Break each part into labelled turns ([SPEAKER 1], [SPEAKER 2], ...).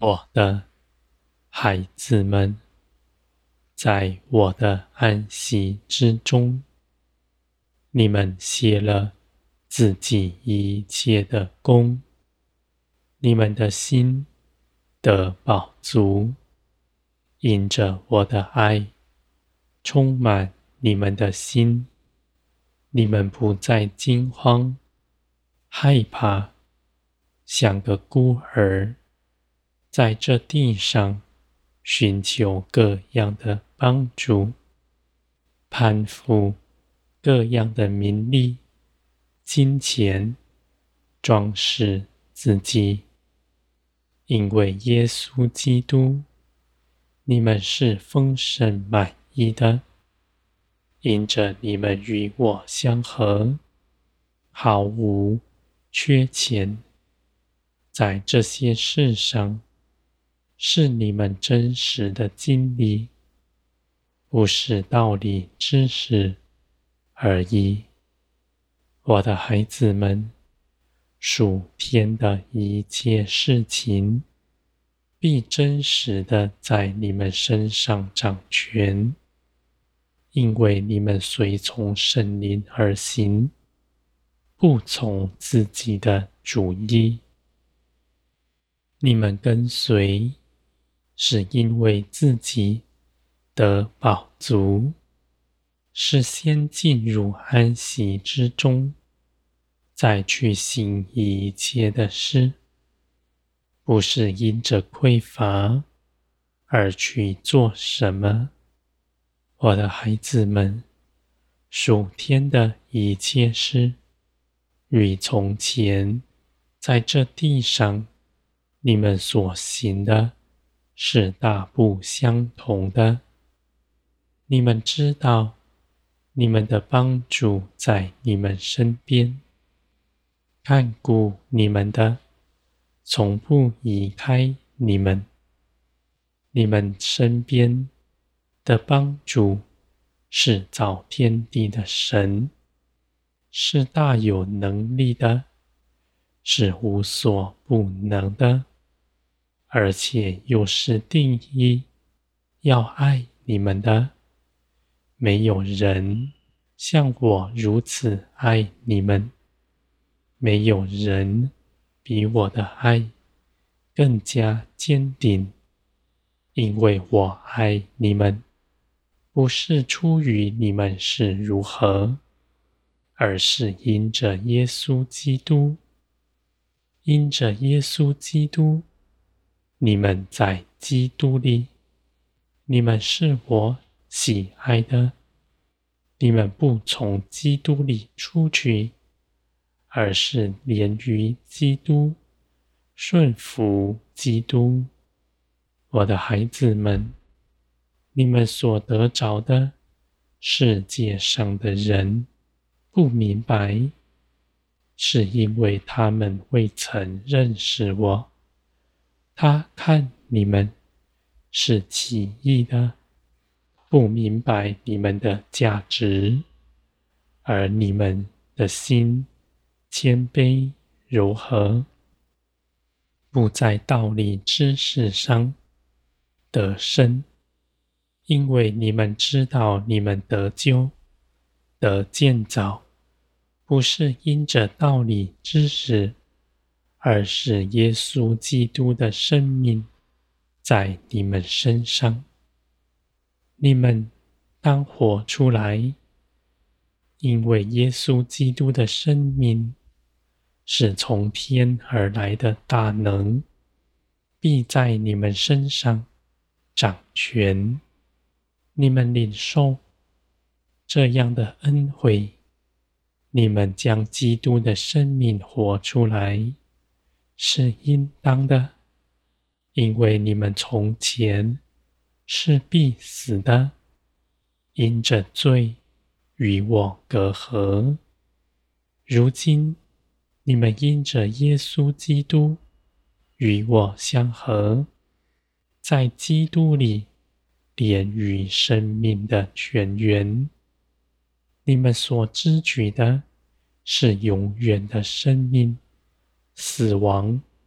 [SPEAKER 1] 我的孩子们，在我的安息之中，你们歇了自己一切的工，你们的心得饱足，因着我的爱充满你们的心，你们不再惊慌害怕，像个孤儿，在这地上寻求各样的帮助，攀附各样的名利、金钱，装饰自己。因为耶稣基督，你们是丰盛满意的，因着你们与我相合，毫无缺欠。在这些事上，是你们真实的经历，不是道理知识而已。我的孩子们，属天的一切事情，必真实的在你们身上掌权，因为你们随从圣灵而行，不从自己的主意。你们跟随，是因为自己得饱足，是先进入安息之中，再去行一切的事，不是因着匮乏而去做什么。我的孩子们，属天的一切事，与从前在这地上你们所行的是大不相同的。你们知道，你们的帮助在你们身边，看顾你们的，从不移开你们。你们身边的帮助是造天地的神，是大有能力的，是无所不能的，而且又是定义要爱你们的。没有人像我如此爱你们，没有人比我的爱更加坚定，因为我爱你们，不是出于你们是如何，而是因着耶稣基督。因着耶稣基督，你们在基督里，你们是我喜爱的。你们不从基督里出去，而是连于基督，顺服基督。我的孩子们，你们所得着的，世界上的人不明白，是因为他们未曾认识我。他看你们是奇异的，不明白你们的价值，而你们的心谦卑柔和，不在道理知识上得胜，因为你们知道你们得救得建造，不是因着道理知识，而是耶稣基督的生命在你们身上。你们当活出来，因为耶稣基督的生命是从天而来的大能，必在你们身上掌权。你们领受这样的恩惠，你们将基督的生命活出来，是应当的，因为你们从前是必死的，因着罪与我隔阂。如今你们因着耶稣基督与我相合，在基督里连于生命的泉源。你们所支取的是永远的生命，死亡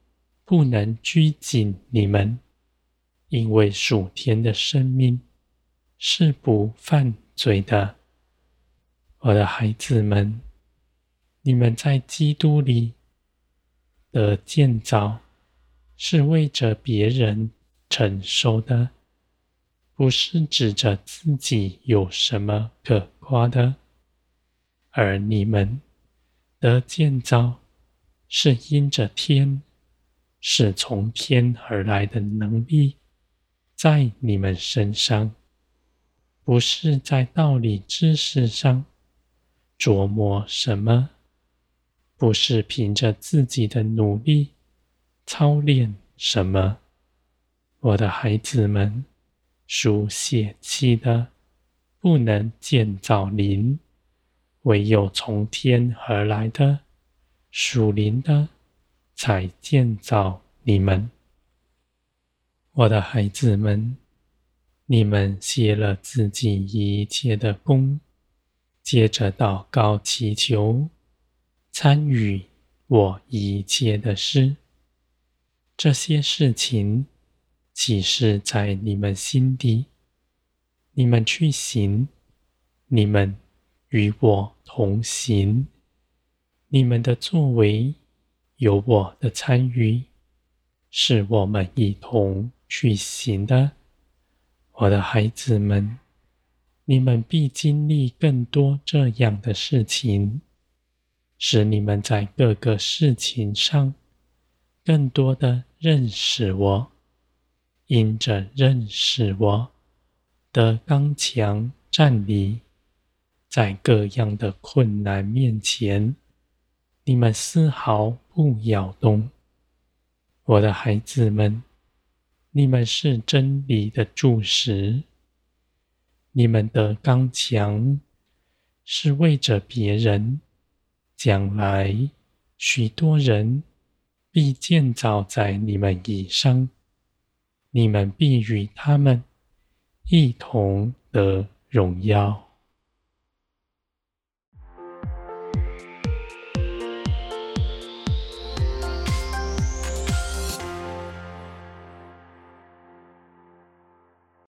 [SPEAKER 1] 不能拘谨你们，因为属天的生命是不犯罪的。我的孩子们，你们在基督里的建造是为着别人承受的，不是指着自己有什么可夸的。而你们的建造是因着天，是从天而来的能力在你们身上，不是在道理知识上琢磨什么，不是凭着自己的努力操练什么。我的孩子们，属血气的不能建造灵，唯有从天而来的属灵的才建造你们。我的孩子们，你们歇了自己一切的功，接着祷告祈求，参与我一切的事。这些事情启示在你们心底，你们去行，你们与我同行，你们的作为有我的参与，是我们一同去行的。我的孩子们，你们必经历更多这样的事情，使你们在各个事情上更多的认识我，因着认识我的刚强站立，在各样的困难面前，你们丝毫不摇动。我的孩子们，你们是真理的柱石，你们的刚强是为着别人，将来许多人必建造在你们以上，你们必与他们一同得荣耀。